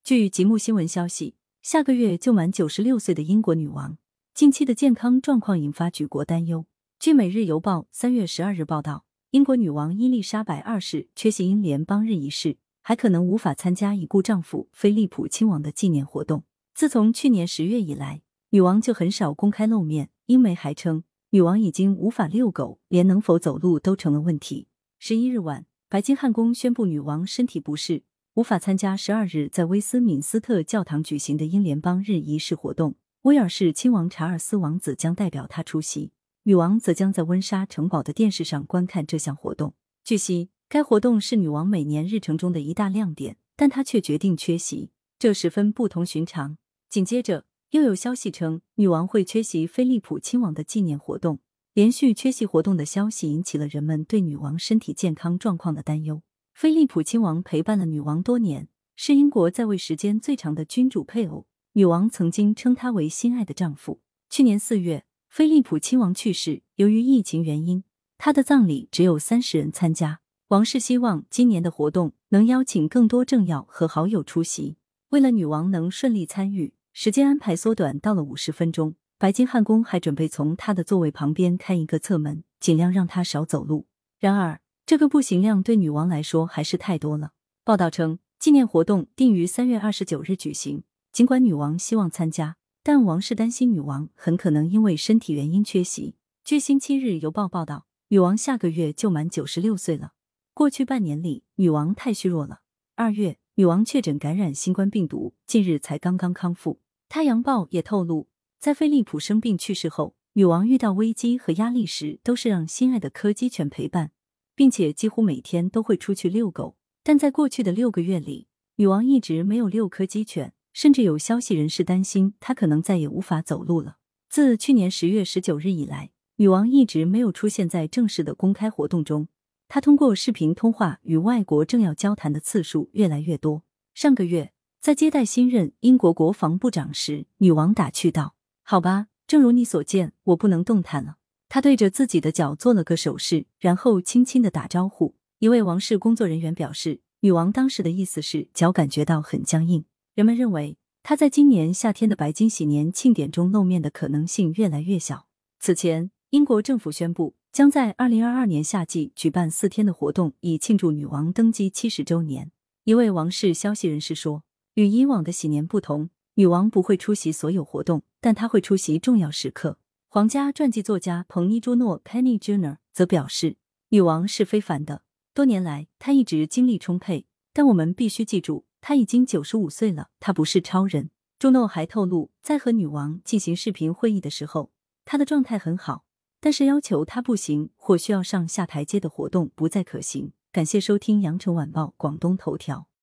据极目新闻消息，下个月就满96岁的英国女王，近期的健康状况引发举国担忧。据《每日邮报》3月12日报道，英国女王伊丽莎白2世缺席英联邦日仪式，还可能无法参加已故丈夫菲利普亲王的纪念活动。自从去年10月以来，女王就很少公开露面。英媒还称，女王已经无法遛狗，连能否走路都成了问题。11日晚，白金汉宫宣布女王身体不适，无法参加12日在威斯敏斯特教堂举行的英联邦日仪式活动。威尔士亲王查尔斯王子将代表他出席，女王则将在温莎城堡的电视上观看这项活动。据悉，该活动是女王每年日程中的一大亮点，但她却决定缺席，这十分不同寻常。紧接着，又有消息称，女王会缺席菲利普亲王的纪念活动。连续缺席活动的消息引起了人们对女王身体健康状况的担忧。菲利普亲王陪伴了女王多年，是英国在位时间最长的君主配偶，女王曾经称他为心爱的丈夫。去年4月，菲利普亲王去世，由于疫情原因，他的葬礼只有30人参加。王室希望今年的活动能邀请更多政要和好友出席。为了女王能顺利参与，时间安排缩短到了50分钟。白金汉宫还准备从她的座位旁边开一个侧门，尽量让她少走路。然而，这个步行量对女王来说还是太多了。报道称，纪念活动定于3月29日举行。尽管女王希望参加，但王室担心女王很可能因为身体原因缺席。据星期日邮报报道，女王下个月就满96岁了。过去半年里，女王太虚弱了。2月，女王确诊感染新冠病毒，近日才刚刚康复。太阳报也透露，在菲利普生病去世后，女王遇到危机和压力时，都是让心爱的柯基犬陪伴，并且几乎每天都会出去遛狗。但在过去的6个月里，女王一直没有遛柯基犬，甚至有消息人士担心她可能再也无法走路了。自去年10月19日以来，女王一直没有出现在正式的公开活动中，她通过视频通话与外国政要交谈的次数越来越多。上个月，在接待新任英国国防部长时，女王打趣道：“好吧，正如你所见，我不能动弹了。”她对着自己的脚做了个手势，然后轻轻地打招呼。一位王室工作人员表示，女王当时的意思是脚感觉到很僵硬。人们认为，她在今年夏天的白金禧年庆典中露面的可能性越来越小。此前，英国政府宣布将在2022年夏季举办4天的活动，以庆祝女王登基70周年。一位王室消息人士说，与以往的禧年不同，女王不会出席所有活动，但她会出席重要时刻。皇家传记作家彭妮·朱诺 Penny Junor 则表示，女王是非凡的，多年来她一直精力充沛，但我们必须记住，她已经95岁了，她不是超人。朱诺还透露，在和女王进行视频会议的时候，她的状态很好，但是要求她步行或需要上下台阶的活动不再可行。感谢收听羊城晚报广东头条。